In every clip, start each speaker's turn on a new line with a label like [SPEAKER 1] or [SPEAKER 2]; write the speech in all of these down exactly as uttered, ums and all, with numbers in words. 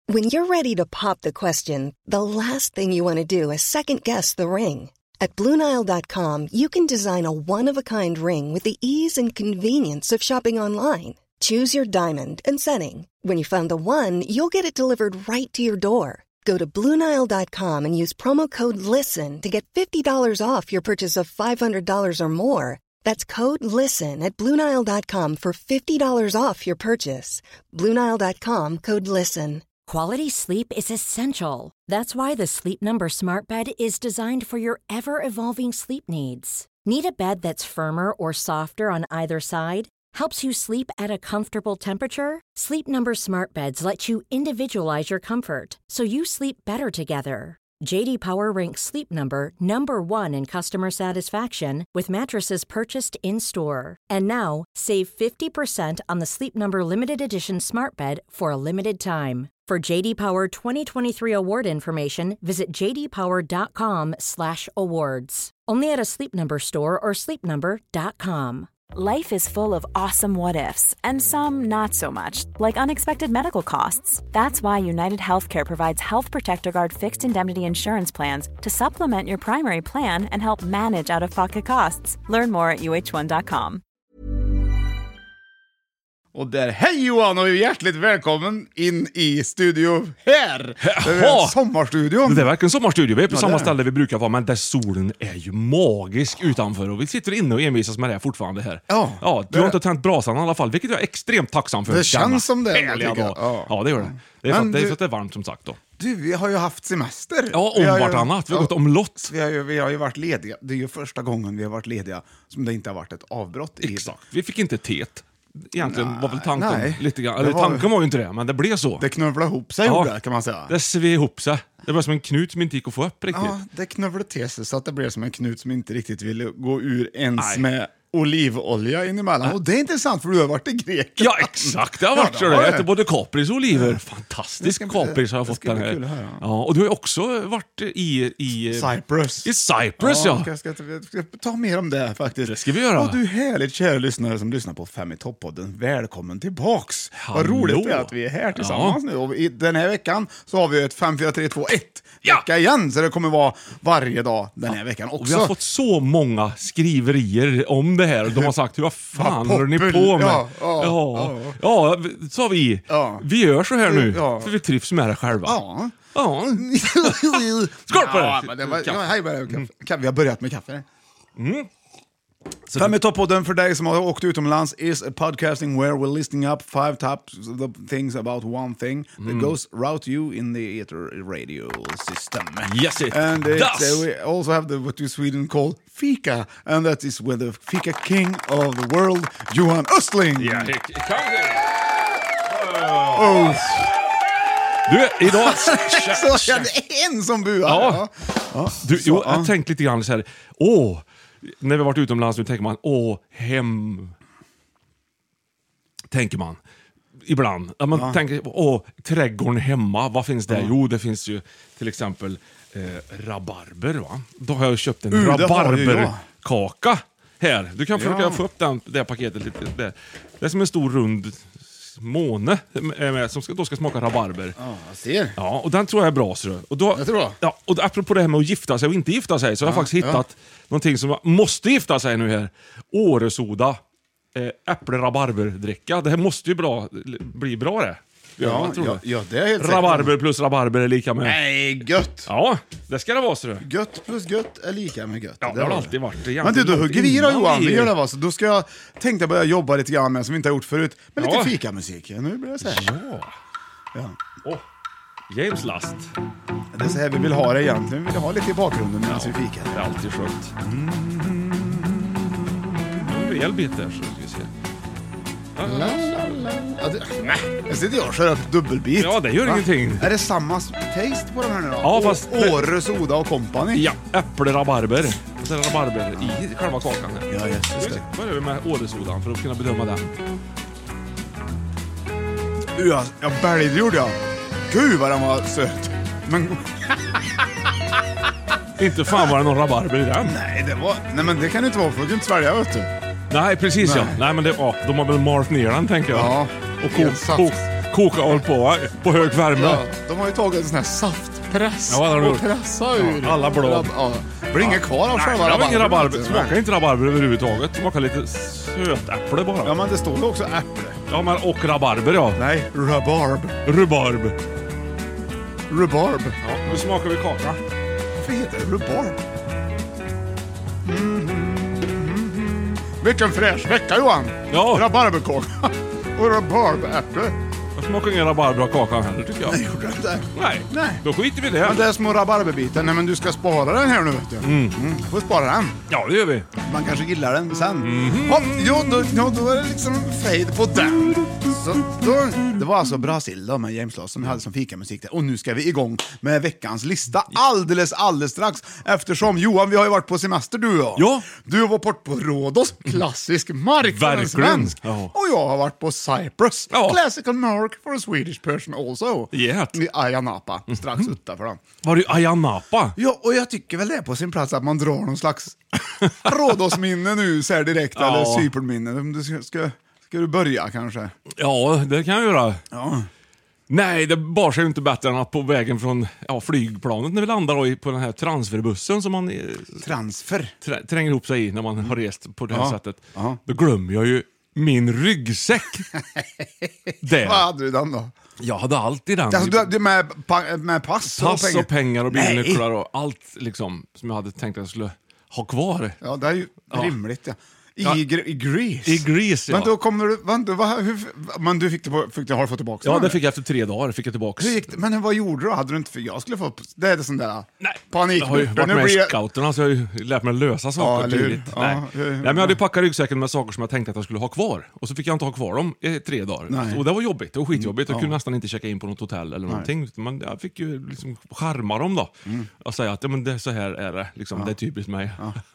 [SPEAKER 1] When you're ready to pop the question, the last thing you want to do is second-guess the ring. At Blue Nile dot com, you can design a one-of-a-kind ring with the ease and convenience of shopping online. Choose your diamond and setting. When you find the one, you'll get it delivered right to your door. Go to Blue Nile dot com and use promo code LISTEN to get fifty dollars off your purchase of five hundred dollars or more. That's code LISTEN at Blue Nile dot com for fifty dollars off your purchase. Blue Nile dot com, code LISTEN.
[SPEAKER 2] Quality sleep is essential. That's why the Sleep Number Smart Bed is designed for your ever-evolving sleep needs. Need a bed that's firmer or softer on either side? Helps you sleep at a comfortable temperature? Sleep Number Smart Beds let you individualize your comfort, so you sleep better together. J D Power ranks Sleep Number number one in customer satisfaction with mattresses purchased in-store. And now, save fifty percent on the Sleep Number Limited Edition Smart Bed for a limited time. For J D Power twenty twenty-three award information, visit j d power dot com slash awards. Only at a Sleep Number store or sleep number dot com.
[SPEAKER 3] Life is full of awesome what-ifs, and some not so much, like unexpected medical costs. That's why United Healthcare provides Health Protector Guard fixed indemnity insurance plans to supplement your primary plan and help manage out-of-pocket costs. Learn more at u h one dot com.
[SPEAKER 4] Och där, hej Johan och hjärtligt välkommen in i studio här. Det är sommarstudion.
[SPEAKER 5] Det är verkligen sommarstudio. Vi är på
[SPEAKER 4] Ja,
[SPEAKER 5] samma
[SPEAKER 4] det är.
[SPEAKER 5] ställe där vi brukar vara, men där solen är ju magisk utanför. Och vi sitter inne och envisas med det här fortfarande här.
[SPEAKER 4] Ja,
[SPEAKER 5] ja du
[SPEAKER 4] det-
[SPEAKER 5] har inte tänt brasan i alla fall, vilket jag är extremt tacksam för.
[SPEAKER 4] Det känns
[SPEAKER 5] Denna
[SPEAKER 4] som det,
[SPEAKER 5] härliga
[SPEAKER 4] tycker jag.
[SPEAKER 5] dag.
[SPEAKER 4] Ja.
[SPEAKER 5] Ja, det gör det. Det är, för
[SPEAKER 4] Men
[SPEAKER 5] att, det är
[SPEAKER 4] du-
[SPEAKER 5] för att det är varmt som sagt då.
[SPEAKER 4] Du, vi har ju haft semester.
[SPEAKER 5] Ja,
[SPEAKER 4] Vi
[SPEAKER 5] om
[SPEAKER 4] har ju-
[SPEAKER 5] vartannat. Vi har
[SPEAKER 4] ja,
[SPEAKER 5] gått omlott.
[SPEAKER 4] Vi har, ju, vi har ju varit lediga. Det är ju första gången vi har varit lediga som det inte har varit ett avbrott i.
[SPEAKER 5] Exakt. Vi fick inte teet. Egentligen
[SPEAKER 4] Nej,
[SPEAKER 5] var väl tanken
[SPEAKER 4] nej.
[SPEAKER 5] lite grann.
[SPEAKER 4] Det
[SPEAKER 5] Eller
[SPEAKER 4] var-
[SPEAKER 5] tanken var ju inte det, men det blev så.
[SPEAKER 4] Det knövlade ihop sig,
[SPEAKER 5] Ja.
[SPEAKER 4] gjorde, kan man säga.
[SPEAKER 5] Det sved ihop sig. Det var som en knut som inte gick att få upp riktigt.
[SPEAKER 4] Ja, det knövlade till sig så att det blev som en knut som inte riktigt ville gå ur ens
[SPEAKER 5] Nej.
[SPEAKER 4] med olivolja in emellan. Och det är intressant för du har varit i Grekland.
[SPEAKER 5] Ja, exakt. Det har varit
[SPEAKER 4] Ja,
[SPEAKER 5] så.
[SPEAKER 4] det
[SPEAKER 5] det.
[SPEAKER 4] har
[SPEAKER 5] Jag
[SPEAKER 4] det.
[SPEAKER 5] äter både kapris och oliver.
[SPEAKER 4] Det
[SPEAKER 5] Fantastisk
[SPEAKER 4] ska bli-
[SPEAKER 5] kapris har jag
[SPEAKER 4] det
[SPEAKER 5] fått
[SPEAKER 4] ska
[SPEAKER 5] den
[SPEAKER 4] bli
[SPEAKER 5] här.
[SPEAKER 4] kul att höra.
[SPEAKER 5] Ja, och du har ju också varit i... i
[SPEAKER 4] Cyprus.
[SPEAKER 5] I Cyprus, ja.
[SPEAKER 4] Jag ska, jag ska ta mer om det faktiskt.
[SPEAKER 5] Det ska vi göra.
[SPEAKER 4] Och du härligt kära lyssnare som lyssnar på Fem i topp-podden. Välkommen tillbaks. Vad
[SPEAKER 5] Hallå.
[SPEAKER 4] roligt det är att vi är här tillsammans
[SPEAKER 5] Ja.
[SPEAKER 4] nu. Och i den här veckan så har vi ett fem fyra tre två ett
[SPEAKER 5] Ja.
[SPEAKER 4] vecka igen. Så det kommer vara varje dag den här veckan också.
[SPEAKER 5] Och vi har fått så många skriverier om det här. De har sagt, hur fan
[SPEAKER 4] Vad
[SPEAKER 5] håller ni
[SPEAKER 4] poppel.
[SPEAKER 5] på med?
[SPEAKER 4] Ja, ja,
[SPEAKER 5] ja,
[SPEAKER 4] ja.
[SPEAKER 5] ja, sa vi.
[SPEAKER 4] Ja.
[SPEAKER 5] Vi gör så här nu,
[SPEAKER 4] Ja.
[SPEAKER 5] för vi trivs med det själva.
[SPEAKER 4] Ja.
[SPEAKER 5] Ja. Skål på
[SPEAKER 4] Ja,
[SPEAKER 5] det!
[SPEAKER 4] men det var,
[SPEAKER 5] Kaffe.
[SPEAKER 4] ja, hej, bara, kaffe. Kan- vi har börjat med kaffe.
[SPEAKER 5] Så
[SPEAKER 4] Fem i topp-podden för dig som har åkt utomlands is a podcasting where we're listing up five top the things about one thing that goes route you in the ether radio system.
[SPEAKER 5] Yes, it
[SPEAKER 4] And it's,
[SPEAKER 5] does.
[SPEAKER 4] uh, we also have the what you Sweden call fika, and that is with the fika king of the world, Johan Östling.
[SPEAKER 5] Ja, he- he-
[SPEAKER 4] Oh.
[SPEAKER 5] Du, idag...
[SPEAKER 4] Så jag det är en som buar.
[SPEAKER 5] Ja.
[SPEAKER 4] Ja.
[SPEAKER 5] Du,
[SPEAKER 4] Så,
[SPEAKER 5] jo,
[SPEAKER 4] ja.
[SPEAKER 5] jag tänkte lite grann så här. Åh, när vi har varit utomlands nu tänker man, åh, hem. Tänker man. Ibland. Ja, man
[SPEAKER 4] Ja.
[SPEAKER 5] tänker, åh, trädgården hemma, vad finns där? Jo, det finns ju till exempel eh, rabarber, va? Då har jag köpt en
[SPEAKER 4] Uh, det har ju jag.
[SPEAKER 5] rabarberkaka här. Du kan försöka
[SPEAKER 4] Ja.
[SPEAKER 5] få upp den, det här paketet lite. Det, det är som en stor rund måne eh, med, som ska, då ska smaka rabarber.
[SPEAKER 4] Ja, jag ser.
[SPEAKER 5] Ja, och den tror jag är bra. Så. Och då,
[SPEAKER 4] Jag tror det.
[SPEAKER 5] ja, och apropå det här med att gifta sig och inte gifta sig, så har jag faktiskt hittat någonting som måste gifta sig nu här. Åresoda, eh, äpple-rabarberdricka. Det här måste ju bra, bli bra det.
[SPEAKER 4] Ja,
[SPEAKER 5] jag tror
[SPEAKER 4] ja,
[SPEAKER 5] det.
[SPEAKER 4] ja, det är helt säkert.
[SPEAKER 5] Rabarber plus rabarber är lika med...
[SPEAKER 4] Nej, gött.
[SPEAKER 5] Ja, det ska det vara, så.
[SPEAKER 4] Gött plus gött är lika med gött.
[SPEAKER 5] Ja, det har alltid varit det.
[SPEAKER 4] Men du, då hugger vi då
[SPEAKER 5] Innan
[SPEAKER 4] Johan, vi
[SPEAKER 5] vi-
[SPEAKER 4] gör det va? Så då ska jag tänkte börja jobba lite grann med som vi inte har gjort förut. Med
[SPEAKER 5] Ja.
[SPEAKER 4] lite fikamusik. Ja, nu blir det så här.
[SPEAKER 5] Ja.
[SPEAKER 4] Ja.
[SPEAKER 5] Åh, James Last.
[SPEAKER 4] Det är så här vi vill ha det egentligen. Vi vill ha lite i bakgrunden medan vi fikar.
[SPEAKER 5] Det är alltid skönt. En rejäl bit där, så ska vi se.
[SPEAKER 4] Ja, det, nej, jag sitter jag och kör upp dubbelbit.
[SPEAKER 5] Ja, det gör
[SPEAKER 4] Va?
[SPEAKER 5] ingenting.
[SPEAKER 4] Är det samma taste på de här nu då?
[SPEAKER 5] Ja, fast-
[SPEAKER 4] Å- Åre, Soda och Company.
[SPEAKER 5] Ja, äpple-rabarber. Och så är det rabarber i själva kakan här.
[SPEAKER 4] Ja, just
[SPEAKER 5] Ska vi se, börjar vi med åresodan för att kunna bedöma den.
[SPEAKER 4] Ja, jag bälgde gjorde jag. Gud vad den var söt. Men
[SPEAKER 5] Inte fan var det någon rabarber i den.
[SPEAKER 4] nej, det var... Nej, men det kan det inte vara för du kan inte svälja, vet du.
[SPEAKER 5] Nej, precis
[SPEAKER 4] Nej.
[SPEAKER 5] ja. Nej, men det, ja, de har väl malt ner den, tänker jag.
[SPEAKER 4] Ja,
[SPEAKER 5] Och
[SPEAKER 4] helt
[SPEAKER 5] kok,
[SPEAKER 4] saft.
[SPEAKER 5] kok, koka håll på va? På hög värme.
[SPEAKER 4] Ja, de har ju tagit en sån här saftpress
[SPEAKER 5] Ja, det har de
[SPEAKER 4] och
[SPEAKER 5] gjort.
[SPEAKER 4] pressa ur.
[SPEAKER 5] Ja, alla blad.
[SPEAKER 4] Ja. Det blir inget kvar av själva
[SPEAKER 5] Det var ingen rabarber.
[SPEAKER 4] Nej.
[SPEAKER 5] Smakar inte rabarber överhuvudtaget. Smakar lite sötäpple bara.
[SPEAKER 4] Ja, men det står ju också äpple.
[SPEAKER 5] Ja, men och rabarber ja.
[SPEAKER 4] Nej, rabarb.
[SPEAKER 5] Rubarb.
[SPEAKER 4] Rubarb.
[SPEAKER 5] Ja, nu smakar vi kaka.
[SPEAKER 4] Varför heter det rubarb? Mm. Vilken fräsch vecka, Johan.
[SPEAKER 5] Ja.
[SPEAKER 4] Rabarberkaka och rabarberäpple.
[SPEAKER 5] Jag smakar ingen rabarber av kakan heller tycker jag.
[SPEAKER 4] Nej, gjorde jag inte.
[SPEAKER 5] Nej,
[SPEAKER 4] Nej.
[SPEAKER 5] då skiter vi i
[SPEAKER 4] Men
[SPEAKER 5] det.
[SPEAKER 4] det är små rabarberbitar. Nej, men du ska spara den här nu, vet du. Mm. Mm. Får spara den.
[SPEAKER 5] Ja, det gör vi.
[SPEAKER 4] Man kanske gillar den sen. Ja, jo, då, ja, då är det liksom fade på den. Så då, det var alltså Brasil då, med James Loss som jag hade som fikamusik där. Och nu ska vi igång med veckans lista alldeles, alldeles strax. Eftersom, Johan, vi har ju varit på semester du och jag.
[SPEAKER 5] Ja.
[SPEAKER 4] Du var bort på Rhodos, klassisk mark för en
[SPEAKER 5] Verkligen.
[SPEAKER 4] svensk.
[SPEAKER 5] Ja.
[SPEAKER 4] Och jag har varit på Cyprus,
[SPEAKER 5] Ja.
[SPEAKER 4] classical mark for a Swedish person also.
[SPEAKER 5] Yeah.
[SPEAKER 4] I Ayia Napa, strax utanför den.
[SPEAKER 5] Var det Ayia Napa?
[SPEAKER 4] Ja, och jag tycker väl det är på sin plats att man drar någon slags Rhodos-minne nu så här direkt,
[SPEAKER 5] Ja.
[SPEAKER 4] eller Cypern-minne. Om du ska, ska, ska du börja kanske?
[SPEAKER 5] Ja, det kan jag göra.
[SPEAKER 4] Ja.
[SPEAKER 5] Nej, det bar sig ju inte bättre än att på vägen från ja, flygplanet när vi landar då i- på den här transferbussen som man eh,
[SPEAKER 4] Transfer.
[SPEAKER 5] trä, tränger ihop sig i när man har rest på det här
[SPEAKER 4] Ja.
[SPEAKER 5] sättet.
[SPEAKER 4] Ja.
[SPEAKER 5] Då glömmer jag ju min ryggsäck. det.
[SPEAKER 4] Vad hade du den då?
[SPEAKER 5] Jag hade allt i den.
[SPEAKER 4] Alltså, du, du med, pa, med pass,
[SPEAKER 5] Pass
[SPEAKER 4] och pengar?
[SPEAKER 5] och pengar och
[SPEAKER 4] Nej.
[SPEAKER 5] bilnycklar och allt liksom som jag hade tänkt att jag skulle ha kvar.
[SPEAKER 4] Ja, det är ju
[SPEAKER 5] Ja.
[SPEAKER 4] rimligt. Ja. I,
[SPEAKER 5] Ja.
[SPEAKER 4] Gre- I Greece.
[SPEAKER 5] I Greece, ja.
[SPEAKER 4] Men då kommer du... Vänta, vad, hur, men du fick det på, fick du, har du fått tillbaka
[SPEAKER 5] Ja,
[SPEAKER 4] den,
[SPEAKER 5] det
[SPEAKER 4] eller?
[SPEAKER 5] fick jag efter tre dagar. Fick jag tillbaka.
[SPEAKER 4] Hur gick det? Men vad gjorde du? Hade du inte... För jag skulle få... Det är det sån där...
[SPEAKER 5] Nej,
[SPEAKER 4] Panik.
[SPEAKER 5] jag har ju
[SPEAKER 4] Nu
[SPEAKER 5] varit med
[SPEAKER 4] blir
[SPEAKER 5] i
[SPEAKER 4] det-
[SPEAKER 5] scouterna så jag har ju lärt mig lösa saker
[SPEAKER 4] Ja, eller hur?
[SPEAKER 5] tidigt.
[SPEAKER 4] Ja,
[SPEAKER 5] Nej.
[SPEAKER 4] hur-
[SPEAKER 5] Nej, men jag hade packat ryggsäcken med saker som jag tänkte att jag skulle ha kvar. Och så fick jag inte ha kvar dem i tre dagar.
[SPEAKER 4] Nej.
[SPEAKER 5] Och det var jobbigt, det var skitjobbigt. Jag
[SPEAKER 4] Ja.
[SPEAKER 5] kunde nästan inte checka in på något hotell eller någonting. Men jag fick ju liksom charma dem då. Och säga att ja, men det, så här är det. Liksom, Det är typiskt mig.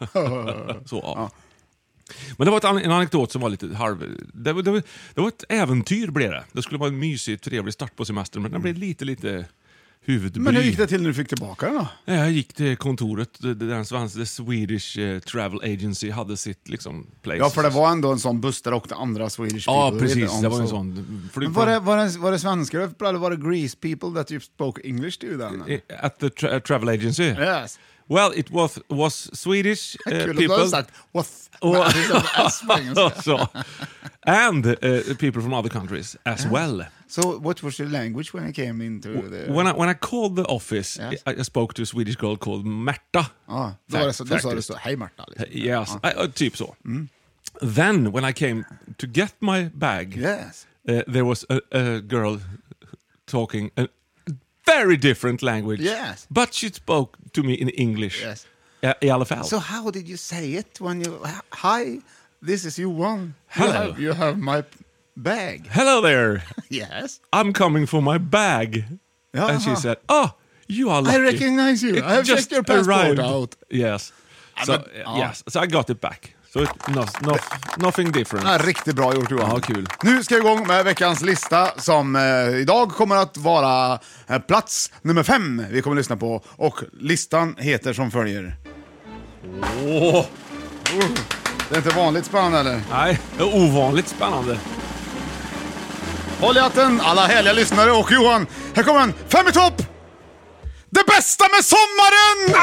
[SPEAKER 5] så, ja. Men det var ett, an- en anekdot som var lite halv... Det var, det, var, det var ett äventyr blev det. Det skulle vara en mysig, trevlig start på semestern. Men det blev lite, lite huvudbry.
[SPEAKER 4] Men hur gick det till när du fick tillbaka den då?
[SPEAKER 5] Ja, Jag gick till kontoret, det- det- den svenska the Swedish eh, Travel Agency hade sitt liksom place.
[SPEAKER 4] Ja, för det var ändå en sån buss där åkte andra Swedish
[SPEAKER 5] Ja,
[SPEAKER 4] people.
[SPEAKER 5] precis. Det var en
[SPEAKER 4] Så.
[SPEAKER 5] sån
[SPEAKER 4] Men
[SPEAKER 5] flygplan.
[SPEAKER 4] var det, var, det, var det svenskar eller var det Greece people that you spoke English to then?
[SPEAKER 5] I- At the tra- travel agency?
[SPEAKER 4] Yes.
[SPEAKER 5] Well, it was, was Swedish uh,
[SPEAKER 4] Kul att du
[SPEAKER 5] people.
[SPEAKER 4] har sagt what.
[SPEAKER 5] Och-
[SPEAKER 4] Nej, det är S på engelska.
[SPEAKER 5] så. And uh, people from other countries as well.
[SPEAKER 4] So what was your language when you came into the...
[SPEAKER 5] When I, when I called the office,
[SPEAKER 4] Yes.
[SPEAKER 5] I, I spoke to a Swedish girl called Märta.
[SPEAKER 4] Ja, då, var det så, då sa du så, hej Marta. Liksom.
[SPEAKER 5] Yes, I, uh, typ så. Then when I came to get my bag,
[SPEAKER 4] Yes.
[SPEAKER 5] uh, there was a, a girl talking a very different language.
[SPEAKER 4] Yes.
[SPEAKER 5] But she spoke to me in English.
[SPEAKER 4] Yes.
[SPEAKER 5] I, I alla fall.
[SPEAKER 4] So how did you say it when you... Hi, this is Johan. You
[SPEAKER 5] Hello.
[SPEAKER 4] have, you have my bag.
[SPEAKER 5] Hello there.
[SPEAKER 4] Yes.
[SPEAKER 5] I'm coming for my bag.
[SPEAKER 4] Jaha.
[SPEAKER 5] And she said, oh, you are lucky.
[SPEAKER 4] I recognize you.
[SPEAKER 5] It
[SPEAKER 4] I have
[SPEAKER 5] just
[SPEAKER 4] checked your passport
[SPEAKER 5] arrived.
[SPEAKER 4] out.
[SPEAKER 5] Yes. So,
[SPEAKER 4] men-
[SPEAKER 5] uh,
[SPEAKER 4] ja.
[SPEAKER 5] yes. So I got it back. So it, no, no, nothing different.
[SPEAKER 4] Ja, riktigt bra gjort Johan.
[SPEAKER 5] Ja, kul.
[SPEAKER 4] Nu ska vi igång med veckans lista som eh, idag kommer att vara eh, plats nummer fem vi kommer att lyssna på. Och listan heter som följer.
[SPEAKER 5] Åh,
[SPEAKER 4] Det är inte vanligt spännande eller?
[SPEAKER 5] nej, det är ovanligt spännande.
[SPEAKER 4] Håll i hatten alla härliga lyssnare och Johan, här kommer en fem i topp! Det bästa med sommaren!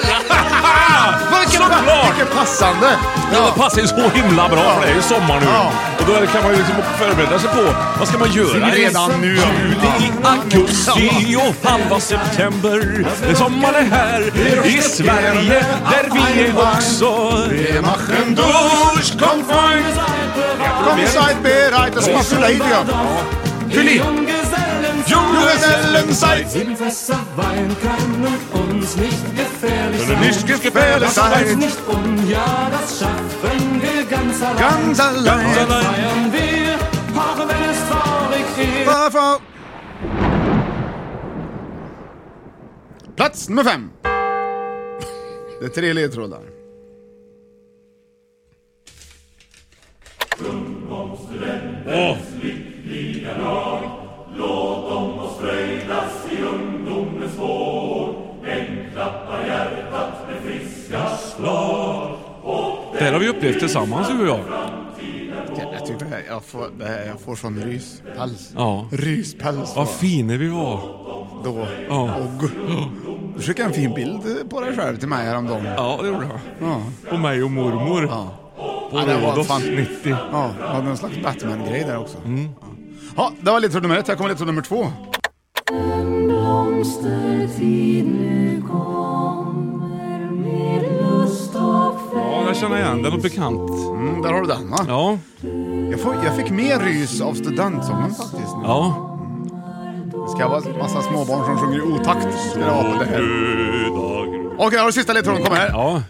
[SPEAKER 4] vilken,
[SPEAKER 5] Såklart!
[SPEAKER 4] vilken passande!
[SPEAKER 5] Ja, det passar ju så himla bra för det är ju sommar nu.
[SPEAKER 4] Ja.
[SPEAKER 5] Och då är det- kan man ju liksom förbereda sig på vad ska man göra
[SPEAKER 4] Redan nu.
[SPEAKER 5] Juli, augusti och halva september. Men sommaren är här i Sverige där vi är också.
[SPEAKER 4] Det machen
[SPEAKER 5] Dusch, kom fram!
[SPEAKER 4] Kom seid bereit, das machst du lite ja. Hörni, Junggesellen seid
[SPEAKER 6] Sieben Fässer Wein kann uns nicht gefährlich sein.
[SPEAKER 4] nicht gefährlich
[SPEAKER 6] Uns
[SPEAKER 4] sein.
[SPEAKER 6] nicht um, ja, das schaffen wir ganz allein.
[SPEAKER 4] Ganz allein.
[SPEAKER 6] Feiern wir, auch wenn es traurig ist.
[SPEAKER 4] Varför? Plats nummer fem. Det är tre ledtrådar.
[SPEAKER 5] Det här har vi upplevt tillsammans, du och jag.
[SPEAKER 4] Jag tycker det. Jag får, det här, jag får sån ryspäls.
[SPEAKER 5] Ja.
[SPEAKER 4] Ryspäls.
[SPEAKER 5] Vad fina vi var.
[SPEAKER 4] Då.
[SPEAKER 5] Ja.
[SPEAKER 4] Och, du skickade en fin bild på dig själv till mig häromdagen.
[SPEAKER 5] Ja, det gjorde jag.
[SPEAKER 4] Ja.
[SPEAKER 5] Och mig och mormor.
[SPEAKER 4] Ja.
[SPEAKER 5] På
[SPEAKER 4] Ja, det var
[SPEAKER 5] Rhodos
[SPEAKER 4] fan
[SPEAKER 5] nittio.
[SPEAKER 4] Ja, det var någon slags Batman-grej där också. Mm. Ja. Ja, det var ledtråd nummer ett. Jag kommer ledtråd nummer två.
[SPEAKER 6] En blomstertid nu kommer med lust och färg.
[SPEAKER 5] Ja, jag känner igen den och bekant.
[SPEAKER 4] Mm, där har du den, va?
[SPEAKER 5] Ja.
[SPEAKER 4] Jag, får, jag fick mer rys av studentsången faktiskt nu.
[SPEAKER 5] Ja.
[SPEAKER 4] Det ska vara en massa småbarn som sjunger i otakt. Ska det vara på det här. Okej, okay, har du sista ledtråden? Kom här.
[SPEAKER 5] Ja.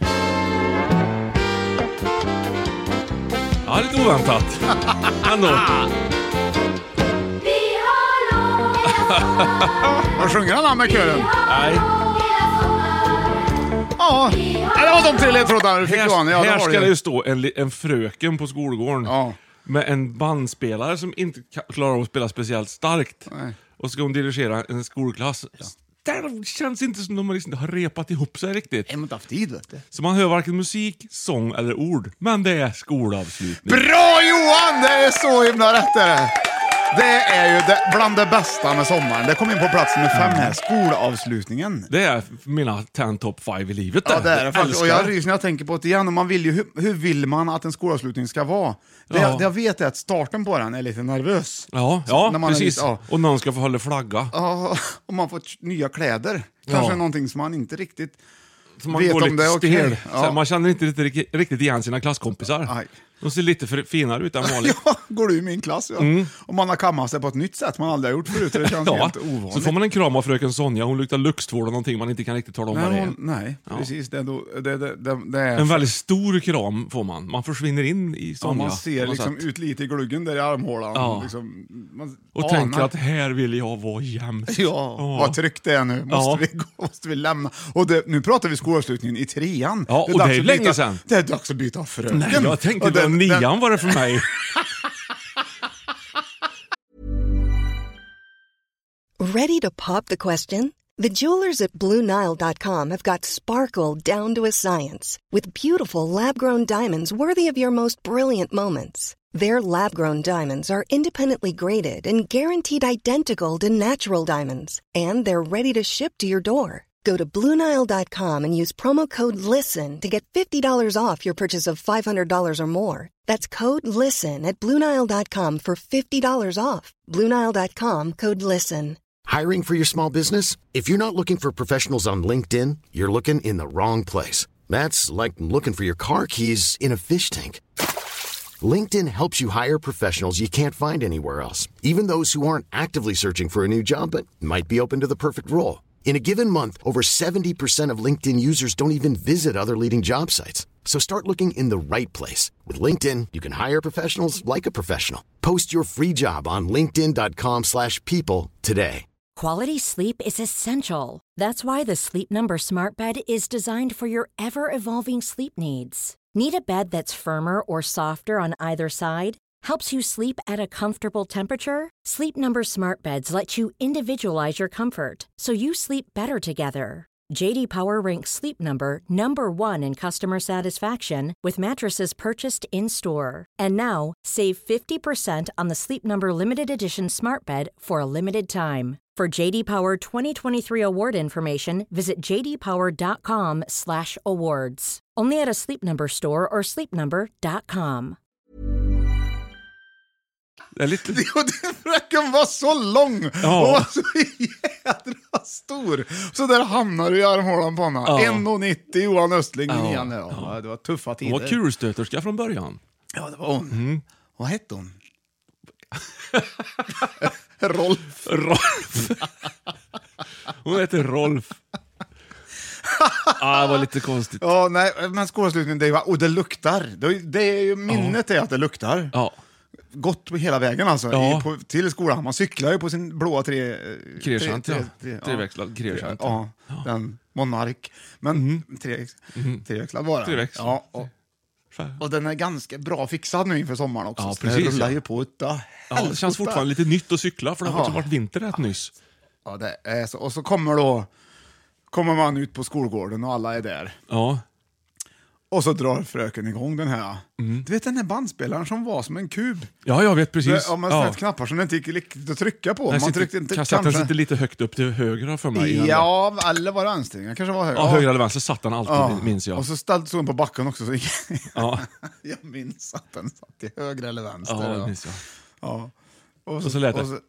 [SPEAKER 5] Ja, lite oväntat. Ändå.
[SPEAKER 4] Vad sjunger han med kören?
[SPEAKER 5] Nej.
[SPEAKER 4] Ja, det var de tre ledtrådarna du fick.
[SPEAKER 5] Här,
[SPEAKER 4] Johan. Ja,
[SPEAKER 5] här
[SPEAKER 4] ska
[SPEAKER 5] det ju stå en, en fröken på skolgården.
[SPEAKER 4] Ja.
[SPEAKER 5] Med en bandspelare som inte klarar av att spela speciellt starkt.
[SPEAKER 4] Nej.
[SPEAKER 5] Och så ska hon dirigera en skolklass. Ja. Det känns inte som de liksom har repat ihop sig riktigt.
[SPEAKER 4] Jag har inte haft tid, vet du.
[SPEAKER 5] Så man hör varken musik, sång eller ord. Men det är skolavslutning.
[SPEAKER 4] Bra Johan! Det är så himla rätt det. Det är ju det, bland det bästa med sommaren. Det kom in på plats nummer fem här. Skolavslutningen.
[SPEAKER 5] Det är mina ten top five i livet.
[SPEAKER 4] Ja, det är det
[SPEAKER 5] jag
[SPEAKER 4] faktiskt. Och
[SPEAKER 5] älskar.
[SPEAKER 4] jag ryser när jag tänker på det igen. Och man vill ju, hur, hur vill man att en skolavslutning ska vara? Det,
[SPEAKER 5] Ja.
[SPEAKER 4] jag, det jag vet är att starten på den är lite nervös.
[SPEAKER 5] Ja,
[SPEAKER 4] Så
[SPEAKER 5] ja
[SPEAKER 4] när man är
[SPEAKER 5] precis.
[SPEAKER 4] lite- ja.
[SPEAKER 5] Och någon ska få hålla flagga.
[SPEAKER 4] Ja, och man får t- nya kläder. Kanske
[SPEAKER 5] Ja.
[SPEAKER 4] någonting som man inte riktigt
[SPEAKER 5] Så man
[SPEAKER 4] vet
[SPEAKER 5] går
[SPEAKER 4] om
[SPEAKER 5] lite
[SPEAKER 4] det är okej.
[SPEAKER 5] stel.
[SPEAKER 4] Ja.
[SPEAKER 5] Så man känner inte riktigt, riktigt igen sina klasskompisar.
[SPEAKER 4] Nej.
[SPEAKER 5] De ser lite för, finare ut än vanligt.
[SPEAKER 4] Ja, går du i min klass, ja. Och man har kammat sig på ett nytt sätt man aldrig har gjort förut. Det känns
[SPEAKER 5] Ja,
[SPEAKER 4] helt ovanligt.
[SPEAKER 5] så får man en kram av fröken Sonja. Hon luktar luxtvård och någonting man inte kan riktigt tala om vad det
[SPEAKER 4] Nej,
[SPEAKER 5] är.
[SPEAKER 4] hon, nej
[SPEAKER 5] Ja.
[SPEAKER 4] precis. Det, är då- det, det, det, det är
[SPEAKER 5] En väldigt stor kram får man. Man försvinner in i
[SPEAKER 4] ja,
[SPEAKER 5] Sonja.
[SPEAKER 4] man ser
[SPEAKER 5] på något
[SPEAKER 4] liksom
[SPEAKER 5] sätt.
[SPEAKER 4] ut lite i gluggen där i armhålan.
[SPEAKER 5] Ja.
[SPEAKER 4] Liksom, man
[SPEAKER 5] Och
[SPEAKER 4] anar.
[SPEAKER 5] tänker att här vill jag vara jämt.
[SPEAKER 4] Ja,
[SPEAKER 5] Ja.
[SPEAKER 4] vad tryggt det är nu. Måste,
[SPEAKER 5] Ja.
[SPEAKER 4] vi, gå, måste vi lämna. Och det, nu pratar vi skolavslutningen i trean.
[SPEAKER 5] Ja, och
[SPEAKER 4] dags
[SPEAKER 5] det är
[SPEAKER 4] att
[SPEAKER 5] länge
[SPEAKER 4] byta,
[SPEAKER 5] sedan.
[SPEAKER 4] Det är dags att byta fröken.
[SPEAKER 5] Nej, jag tänkte
[SPEAKER 4] Och
[SPEAKER 5] det var
[SPEAKER 4] den-
[SPEAKER 5] nian
[SPEAKER 4] den-
[SPEAKER 5] var det för mig.
[SPEAKER 1] Ready to pop the question? The jewelers at Blue Nile dot com have got sparkle down to a science with beautiful lab-grown diamonds worthy of your most brilliant moments. Their lab-grown diamonds are independently graded and guaranteed identical to natural diamonds, and they're ready to ship to your door. Go to Blue Nile dot com and use promo code LISTEN to get fifty dollars off your purchase of five hundred dollars or more. That's code LISTEN at Blue Nile dot com for fifty dollars off. Blue Nile dot com, code LISTEN.
[SPEAKER 7] Hiring for your small business? If you're not looking for professionals on LinkedIn, you're looking in the wrong place. That's like looking for your car keys in a fish tank. LinkedIn helps you hire professionals you can't find anywhere else, even those who aren't actively searching for a new job but might be open to the perfect role. In a given month, over seventy percent of LinkedIn users don't even visit other leading job sites. So start looking in the right place. With LinkedIn, you can hire professionals like a professional. Post your free job on linkedin dot com slash people today.
[SPEAKER 2] Quality sleep is essential. That's why the Sleep Number Smart Bed is designed for your ever-evolving sleep needs. Need a bed that's firmer or softer on either side? Helps you sleep at a comfortable temperature? Sleep Number Smart Beds let you individualize your comfort so you sleep better together. J D Power ranks Sleep Number number one in customer satisfaction with mattresses purchased in-store. And now, save fifty percent on the Sleep Number Limited Edition Smart Bed for a limited time. For J D Power twenty twenty-three award information, visit j d power dot com slash awards. Only at a Sleep Number store or sleep number dot com.
[SPEAKER 5] Det är lite...
[SPEAKER 4] Och den fröken var så lång
[SPEAKER 5] Ja.
[SPEAKER 4] och var så jädra stor. Så där hamnar du i armhålan på honom.
[SPEAKER 5] Ja.
[SPEAKER 4] en komma nittio Johan Östling i
[SPEAKER 5] Ja.
[SPEAKER 4] nian. Ja. Det var tuffa
[SPEAKER 5] Hon
[SPEAKER 4] tider.
[SPEAKER 5] var kulstöterska från början.
[SPEAKER 4] Ja, det var hon.
[SPEAKER 5] Mm.
[SPEAKER 4] Vad hette hon? Rolf.
[SPEAKER 5] Rolf. Hon heter Rolf. Ah, det var lite konstigt.
[SPEAKER 4] Ja, nej, men skolavslutningen, det är ju, och det luktar. Det, det är ju minnet är att det luktar.
[SPEAKER 5] Ja.
[SPEAKER 4] Gått på hela vägen alltså,
[SPEAKER 5] Ja.
[SPEAKER 4] i, på, till skolan. Man cyklar ju på sin blåa tre...
[SPEAKER 5] Kreerkänt,
[SPEAKER 4] tre-
[SPEAKER 5] ja.
[SPEAKER 4] tre- tre-
[SPEAKER 5] Treväxlad kreerkänt.
[SPEAKER 4] Ja, den Monark. Men tre, treväxlad var den.
[SPEAKER 5] Treväxlad.
[SPEAKER 4] Ja, och, och den är ganska bra fixad nu inför sommaren också.
[SPEAKER 5] Ja,
[SPEAKER 4] så
[SPEAKER 5] precis,
[SPEAKER 4] den rullar
[SPEAKER 5] ja.
[SPEAKER 4] ju på utav
[SPEAKER 5] Ja, det känns fortfarande lite nytt att cykla för det har
[SPEAKER 4] Ja.
[SPEAKER 5] också varit vinter rätt nyss.
[SPEAKER 4] Ja, det är så. Och så kommer då kommer man ut på skolgården och alla är där.
[SPEAKER 5] Ja.
[SPEAKER 4] Och så drar fröken igång den här. Mm. Du vet den här bandspelaren som var som en kub.
[SPEAKER 5] Ja, jag vet precis.
[SPEAKER 4] Om man
[SPEAKER 5] ja.
[SPEAKER 4] släppte knappar som det inte gick riktigt att trycka på.
[SPEAKER 5] Nej,
[SPEAKER 4] man
[SPEAKER 5] sitter,
[SPEAKER 4] tryckte inte
[SPEAKER 5] kassetten
[SPEAKER 4] kanske...
[SPEAKER 5] sitter lite högt upp till höger för mig.
[SPEAKER 4] Ja, eller var det vänster? Kanske var höger.
[SPEAKER 5] Ja, höger eller vänster satt den alltid, ja. minns jag.
[SPEAKER 4] Och så ställde den på backen också. Så
[SPEAKER 5] ja.
[SPEAKER 4] Jag minns att den satt i höger eller vänster.
[SPEAKER 5] Ja, det
[SPEAKER 4] ja.
[SPEAKER 5] minns jag.
[SPEAKER 4] Ja.
[SPEAKER 5] Och så, och så lät det.
[SPEAKER 4] Så...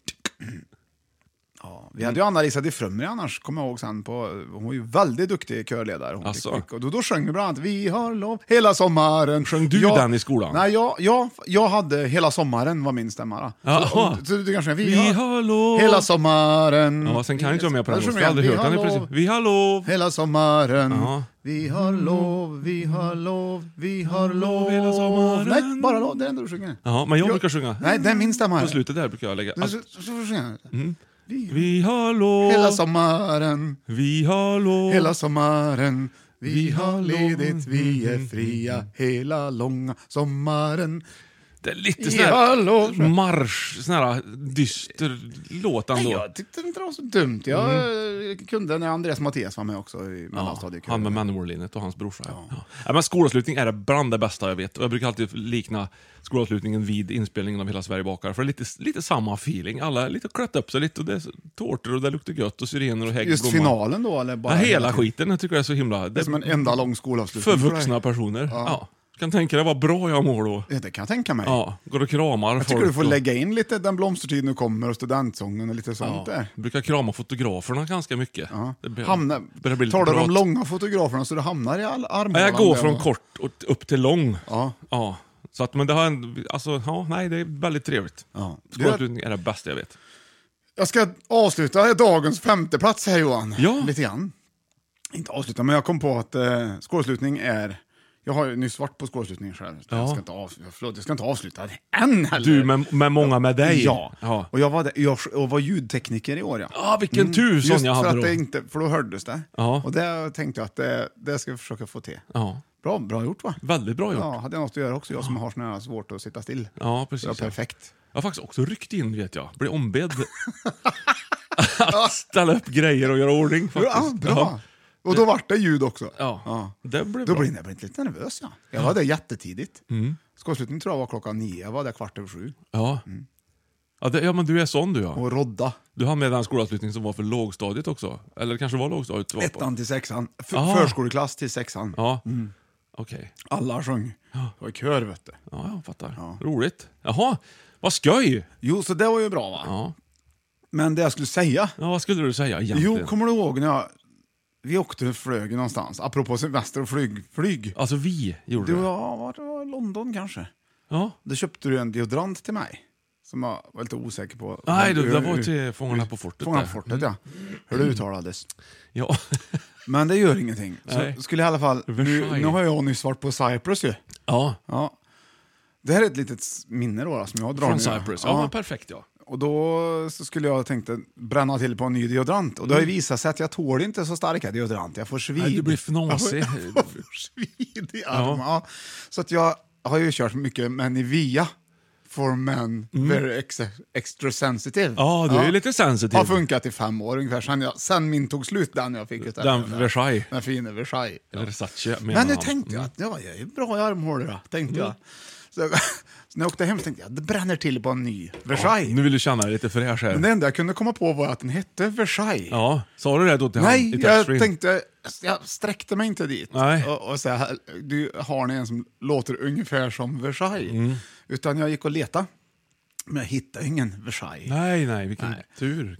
[SPEAKER 4] Ja, vi hade ju Anna-Lisa Di Frömmer annars, kommer jag ihåg sen på, hon var ju väldigt duktig körledare. Hon
[SPEAKER 5] alltså.
[SPEAKER 4] fick, och då, då sjöng vi bland annat Vi har lov hela sommaren.
[SPEAKER 5] Sjöng du
[SPEAKER 4] jag,
[SPEAKER 5] den i skolan?
[SPEAKER 4] Nej, jag, jag, jag hade Hela sommaren var min stämma.
[SPEAKER 5] Ja.
[SPEAKER 4] Så, så du kanske vi,
[SPEAKER 5] vi har, har lov
[SPEAKER 4] hela sommaren.
[SPEAKER 5] Ja, sen kan jag inte vara med på den. Jag
[SPEAKER 4] har
[SPEAKER 5] har aldrig hört den i princip. Vi har lov.
[SPEAKER 4] Hela sommaren.
[SPEAKER 5] Ja.
[SPEAKER 4] Vi har lov, vi har lov, vi har lov hela sommaren. Nej, bara lov, det är det enda du sjunger.
[SPEAKER 5] Ja, men jag,
[SPEAKER 4] jag
[SPEAKER 5] brukar sjunga.
[SPEAKER 4] Nej, det är min stämma.
[SPEAKER 5] På slutet där brukar jag lägga.
[SPEAKER 4] Så, så, så, så sjunger jag.
[SPEAKER 5] Mm. Vi, vi har lov
[SPEAKER 4] hela sommaren.
[SPEAKER 5] Vi har lov
[SPEAKER 4] hela sommaren. Vi har ledigt, vi är fria hela långa sommaren.
[SPEAKER 5] Det är lite sån här marsch, sån här dyster låt ändå.
[SPEAKER 4] Nej, jag tyckte inte det var så dumt. Jag mm. kunde när Andreas Mattias var med också i mellanstadiet.
[SPEAKER 5] Ja, han med Manowar-linjet och hans brorsa. Ja. Ja. Ja, men skolavslutning är det bland det bästa jag vet. Och jag brukar alltid likna skolavslutningen vid inspelningen av Hela Sverige bakar. För det är lite, lite samma feeling. Alla är lite klätt upp sig lite. Och det är tårtor och det luktar gött och syrener och häggblomma.
[SPEAKER 4] Just finalen då? Eller bara
[SPEAKER 5] ja, hela, hela skiten. Jag tycker det är så himla...
[SPEAKER 4] Det är som en enda lång skolavslutning.
[SPEAKER 5] För vuxna personer. Ja. Ja. Kan tänka dig vad bra jag mår då.
[SPEAKER 4] Ja, det kan jag tänka mig.
[SPEAKER 5] Ja, går och kramar
[SPEAKER 4] jag
[SPEAKER 5] folk.
[SPEAKER 4] Jag tycker du får
[SPEAKER 5] och...
[SPEAKER 4] lägga in lite Den blomstertid nu kommer och studentsången och lite sånt
[SPEAKER 5] ja.
[SPEAKER 4] där.
[SPEAKER 5] Jag brukar krama fotograferna ganska mycket.
[SPEAKER 4] Ja.
[SPEAKER 5] Det blir,
[SPEAKER 4] Hamna,
[SPEAKER 5] börjar bli
[SPEAKER 4] tar du
[SPEAKER 5] lite
[SPEAKER 4] de långa fotograferna så du hamnar i all armhålan?
[SPEAKER 5] Ja, jag går från
[SPEAKER 4] och...
[SPEAKER 5] kort och upp till lång.
[SPEAKER 4] Ja.
[SPEAKER 5] Ja. Så att, men det har en, alltså, ja, nej, det är väldigt trevligt.
[SPEAKER 4] Ja.
[SPEAKER 5] Skolavslutning är det bästa jag vet.
[SPEAKER 4] Jag ska avsluta dagens femte plats här, Johan.
[SPEAKER 5] Ja.
[SPEAKER 4] Lite grann. Inte avsluta, men jag kom på att eh, skolavslutning är... Jag har ju nyss varit på skolavslutningen själv. Ja. Jag, ska inte av, förlåt, jag ska inte avsluta än heller.
[SPEAKER 5] Du med, med många med dig?
[SPEAKER 4] Ja.
[SPEAKER 5] ja.
[SPEAKER 4] Och jag var, där, jag, jag var ljudtekniker i år. Ja,
[SPEAKER 5] ah, vilken tur Sonja
[SPEAKER 4] Just
[SPEAKER 5] hade
[SPEAKER 4] för
[SPEAKER 5] då.
[SPEAKER 4] att det inte, för då hördes det.
[SPEAKER 5] Ja.
[SPEAKER 4] Och det tänkte jag att det, det ska jag försöka få till.
[SPEAKER 5] Ja.
[SPEAKER 4] Bra, bra gjort va?
[SPEAKER 5] Väldigt bra gjort.
[SPEAKER 4] Ja, hade jag något att göra också. Jag som har såna här svårt att sitta still.
[SPEAKER 5] Ja, precis.
[SPEAKER 4] Det var perfekt.
[SPEAKER 5] Jag har faktiskt också ryckt in, vet jag. Blev ombedd att ställa upp grejer och göra ordning. Faktiskt.
[SPEAKER 4] Ja, bra. Ja. Och då vart det ljud också.
[SPEAKER 5] Ja, ja. Det blev
[SPEAKER 4] då
[SPEAKER 5] bra.
[SPEAKER 4] blev jag lite nervös. Ja. Jag var där jättetidigt.
[SPEAKER 5] Mm.
[SPEAKER 4] Skolavslutningen tror jag var klockan nio. Jag var där kvart över sju.
[SPEAKER 5] Ja. Mm. Ja, det, ja, men du är sån du ja.
[SPEAKER 4] Och rodda.
[SPEAKER 5] Du har med den skolavslutning som var för lågstadiet också. Eller kanske var lågstadiet. Var
[SPEAKER 4] Ettan till sexan. F-
[SPEAKER 5] Aha.
[SPEAKER 4] förskoleklass till sexan.
[SPEAKER 5] Ja, mm. okej. Okay.
[SPEAKER 4] Alla sjöng. Det var i kör, vet du.
[SPEAKER 5] Ja, jag fattar. Ja. Roligt. Jaha, vad skoj!
[SPEAKER 4] Jo, så det var ju bra va?
[SPEAKER 5] Ja.
[SPEAKER 4] Men det jag skulle säga...
[SPEAKER 5] Ja, vad skulle du säga egentligen?
[SPEAKER 4] Jo, kommer du ihåg när jag... Vi åkte och flög någonstans. Apropå semester och flyg. flyg.
[SPEAKER 5] Alltså vi gjorde
[SPEAKER 4] du,
[SPEAKER 5] det?
[SPEAKER 4] Ja, var det var London kanske.
[SPEAKER 5] Ja.
[SPEAKER 4] Då köpte du en deodorant till mig. Som jag var lite osäker på.
[SPEAKER 5] Nej, det var till Fångarna på fortet.
[SPEAKER 4] Fångarna på fortet, ja. Hur det uttalades.
[SPEAKER 5] Ja.
[SPEAKER 4] Men det gör ingenting.
[SPEAKER 5] Nej.
[SPEAKER 4] Så skulle i alla fall... Nu, nu har jag nyss varit på Cyprus ju.
[SPEAKER 5] Ja.
[SPEAKER 4] Ja. Det här är ett litet minne då, som jag drar
[SPEAKER 5] Från
[SPEAKER 4] nu.
[SPEAKER 5] Cyprus, ja, ja. Perfekt ja.
[SPEAKER 4] Och då så skulle jag tänkte bränna till på en ny deodorant. Och det har ju visat sig att jag tål inte så starka deodorant. Jag får svid.
[SPEAKER 5] Nej, du blir fnasig.
[SPEAKER 4] Jag får, jag får svid i armen. Ja. Så att jag har ju kört mycket med Nivea. For men, mm. very extra, extra sensitive.
[SPEAKER 5] Ja, du är ja. lite sensitiv.
[SPEAKER 4] Har funkat i fem år ungefär. Sen, jag, sen min tog slut, den jag fick.
[SPEAKER 5] Den, den Versailles.
[SPEAKER 4] Den fina Versailles.
[SPEAKER 5] Eller Versace.
[SPEAKER 4] Men nu tänkte jag att ja, jag är bra i armhålorna, tänkte mm. jag. Så, så när jag åkte hem så tänkte jag, det bränner till på en ny Versailles.
[SPEAKER 5] Ja, nu vill du känna dig lite fräsch här.
[SPEAKER 4] Men det enda jag kunde komma på var att den hette Versailles.
[SPEAKER 5] Ja, sa du det då till
[SPEAKER 4] Nej,
[SPEAKER 5] han,
[SPEAKER 4] jag tänkte, jag sträckte mig inte dit.
[SPEAKER 5] Nej.
[SPEAKER 4] Och, och så du har ni en som låter ungefär som Versailles. Mm. Utan jag gick och letade. Men jag hittade ingen Versailles.
[SPEAKER 5] Nej, nej, vilken nej. tur.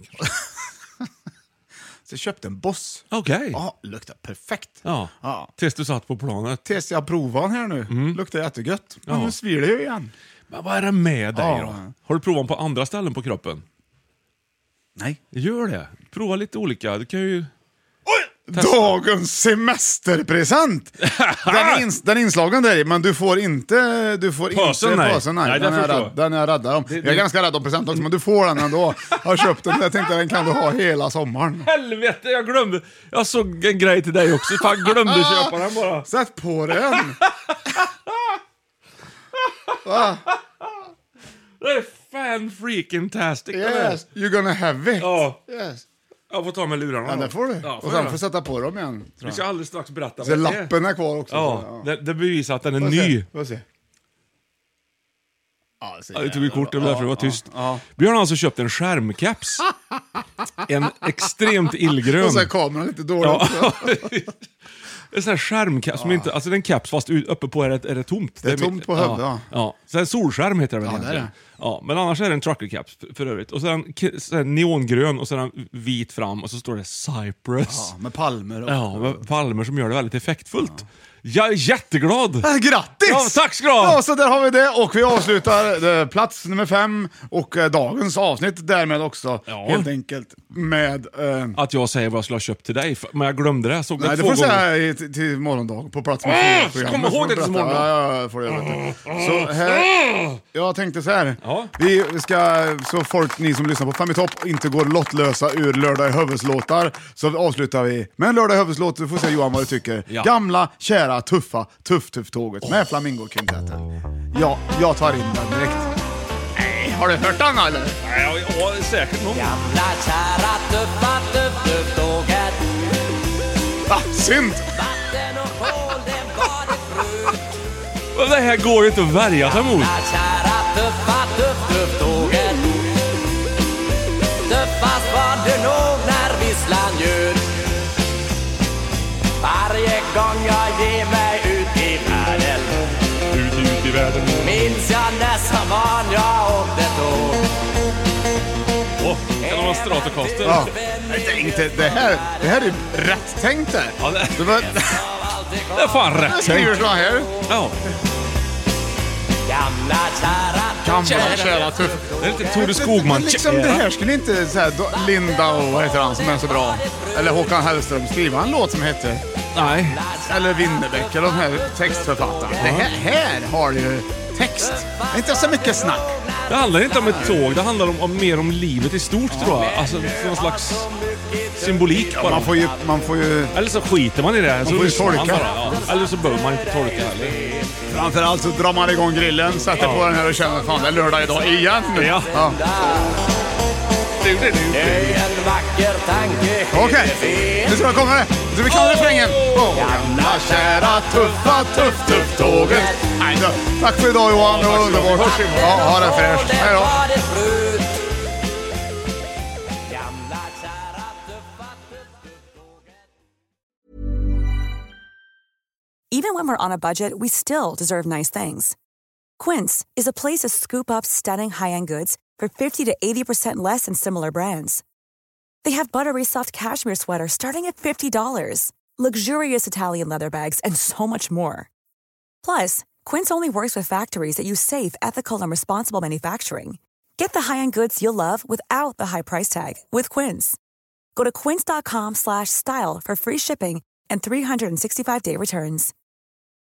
[SPEAKER 4] Så jag köpte en Boss.
[SPEAKER 5] Okej. Okay.
[SPEAKER 4] Ja, luktar perfekt.
[SPEAKER 5] Ja.
[SPEAKER 4] Ja.
[SPEAKER 5] Tills du satt på planet.
[SPEAKER 4] Tills jag provade den här nu. Mm. Luktar jättegött. Men ja. nu svir det ju igen.
[SPEAKER 5] Men vad är det med dig
[SPEAKER 4] ja.
[SPEAKER 5] då? Har du provat på andra ställen på kroppen?
[SPEAKER 4] Nej.
[SPEAKER 5] Gör det. Prova lite olika. Du kan ju...
[SPEAKER 4] Oj! Testa. Dagens semesterpresent! den, ins den inslagen där, men du får inte du får
[SPEAKER 5] pösen,
[SPEAKER 4] inte
[SPEAKER 5] nej.
[SPEAKER 4] pösen, nej.
[SPEAKER 5] nej
[SPEAKER 4] den, är rädd, den är jag rädd om. Det, jag är det... ganska rädd om present också, men du får den ändå. Jag har köpt den, jag tänkte den kan du ha hela sommaren.
[SPEAKER 5] Helvete, jag glömde. Jag såg en grej till dig också. Fan, glömde köpa den bara.
[SPEAKER 4] Sätt på den. Va?
[SPEAKER 5] Det är fan freaking tastic.
[SPEAKER 4] Yes, you're gonna have it.
[SPEAKER 5] Ja.
[SPEAKER 4] Yes.
[SPEAKER 5] Jag får ta med lurarna.
[SPEAKER 4] Ja,
[SPEAKER 5] då.
[SPEAKER 4] det får du.
[SPEAKER 5] Ja, får
[SPEAKER 4] och sen
[SPEAKER 5] jag.
[SPEAKER 4] får sätta på dem igen.
[SPEAKER 5] Vi ska alldeles strax berätta
[SPEAKER 4] Så
[SPEAKER 5] vad det är.
[SPEAKER 4] lappen är kvar också.
[SPEAKER 5] Ja,
[SPEAKER 4] så,
[SPEAKER 5] det, det bevisar att den är
[SPEAKER 4] Får
[SPEAKER 5] ny.
[SPEAKER 4] se, får se. Ja,
[SPEAKER 5] Ja, det tog vi kort, det var därför det var tyst.
[SPEAKER 4] ja.
[SPEAKER 5] Björn har alltså köpt en skärmcaps. En extremt illgrön.
[SPEAKER 4] Och så är kameran lite dålig
[SPEAKER 5] Ja.
[SPEAKER 4] också.
[SPEAKER 5] En sån här skärmcaps som inte, alltså det är en caps fast ut- uppe på är det, är det tomt.
[SPEAKER 4] Det är tomt på huvudet,
[SPEAKER 5] ja.
[SPEAKER 4] ja.
[SPEAKER 5] ja. Så en solskärm heter det väl
[SPEAKER 4] Ja, det är
[SPEAKER 5] egentligen.
[SPEAKER 4] det.
[SPEAKER 5] Ja, men annars är det en trucker-caps för, för övrigt. Och sen k- så här neongrön och sen vit fram och så står det Cyprus.
[SPEAKER 4] Ja, med palmer och...
[SPEAKER 5] Ja, med palmer som gör det väldigt effektfullt. Jag är jätteglad!
[SPEAKER 4] Äh, grattis!
[SPEAKER 5] Ja, tack ska du ha!
[SPEAKER 4] Ja, så där har vi det. Och vi avslutar eh, plats nummer fem och eh, dagens avsnitt därmed också.
[SPEAKER 5] Ja.
[SPEAKER 4] Helt enkelt med... Eh,
[SPEAKER 5] Att jag säger vad jag skulle ha köpt till dig, för- men jag glömde det. Jag såg det
[SPEAKER 4] nej, det
[SPEAKER 5] två
[SPEAKER 4] får du
[SPEAKER 5] gånger.
[SPEAKER 4] säga i- till, till morgondag på plats med fyra.
[SPEAKER 5] Äh, kom ihåg det till morgondag.
[SPEAKER 4] Ja, ja, får du göra det. Så här, jag tänkte så här.
[SPEAKER 5] Ja.
[SPEAKER 4] Vi ska, så folk, ni som lyssnar på Fem i topp, inte går lottlösa ur lördag i hövudslåtar, så avslutar vi med en lördag i huvudslåt. Du får se Johan vad du tycker.
[SPEAKER 5] Ja.
[SPEAKER 4] Gamla, kära, tuffa, tuff, tuff tåget med Flamingo-kvintetten. Ja, jag tar in den direkt. Nej, har du hört den eller?
[SPEAKER 5] Ja, ja, säkert nog.
[SPEAKER 6] Gamla kära tuffa tuff tuff tåget.
[SPEAKER 4] Ah, synd!
[SPEAKER 6] Vatten och kol, det var det förut.
[SPEAKER 5] Och det här går ju inte att värja sig mot.
[SPEAKER 6] Gamla kära tuffa tuff tuff tåget. Tuffast var du nog när visslan ljöd. Varje gång jag ger mig ut i världen
[SPEAKER 5] Ut, ut i världen.
[SPEAKER 6] minns jag nästan van jag åkte tåg.
[SPEAKER 5] Åh, kan det vara Stratocaster?
[SPEAKER 4] Ja. Jag tänkte, det här, det här är rätt tänkt det.
[SPEAKER 5] Ja, det,
[SPEAKER 4] Det var...
[SPEAKER 5] det är fan rätt
[SPEAKER 4] Jag skriver
[SPEAKER 5] tänkt.
[SPEAKER 4] så här.
[SPEAKER 5] Ja,
[SPEAKER 6] Gamla kära
[SPEAKER 4] Gamla, kära, tuff.
[SPEAKER 5] det är lite Tore Skogman.
[SPEAKER 4] Men liksom det här skulle inte så här, då- Linda och vad heter han som är så bra? Eller Håkan Hellström skriva en låt som heter...
[SPEAKER 5] Nej.
[SPEAKER 4] Eller Winnerbäck, eller de här textförfattarna. Det här, här har du ju text. Det är inte så mycket snack.
[SPEAKER 5] Det handlar inte om ett tåg, det handlar om, om mer om livet i stort tror jag. Alltså någon slags symbolik bara.
[SPEAKER 4] Man får ju... Man får ju
[SPEAKER 5] Eller så skiter man i det. Så
[SPEAKER 4] får ju
[SPEAKER 5] lyssnar man
[SPEAKER 4] tolka.
[SPEAKER 5] bara, ja. Eller så behöver man inte tolka heller.
[SPEAKER 4] framförallt så drar man igång grillen, sätter
[SPEAKER 5] Ja.
[SPEAKER 4] på den här och känner fan det är lördag idag igen.
[SPEAKER 5] Ja.
[SPEAKER 4] Ja.
[SPEAKER 5] Du, du, du.
[SPEAKER 6] Det är en vacker tanke.
[SPEAKER 4] Okej, nu ska det komma det. Nu ska vi kalla refrängen. Åh, gamla kära tuffa tuff tuff tåget. Nej då. Tack för idag Johan, det var underbart. Ja, ha det fräscht. Hej då.
[SPEAKER 8] Even when we're on a budget, we still deserve nice things. Quince is a place to scoop up stunning high-end goods for fifty to eighty percent less than similar brands. They have buttery soft cashmere sweaters starting at fifty dollars, luxurious Italian leather bags, and so much more. Plus, Quince only works with factories that use safe, ethical, and responsible manufacturing. Get the high-end goods you'll love without the high price tag with Quince. Go to quince dot com slash style for free shipping and three sixty-five day returns.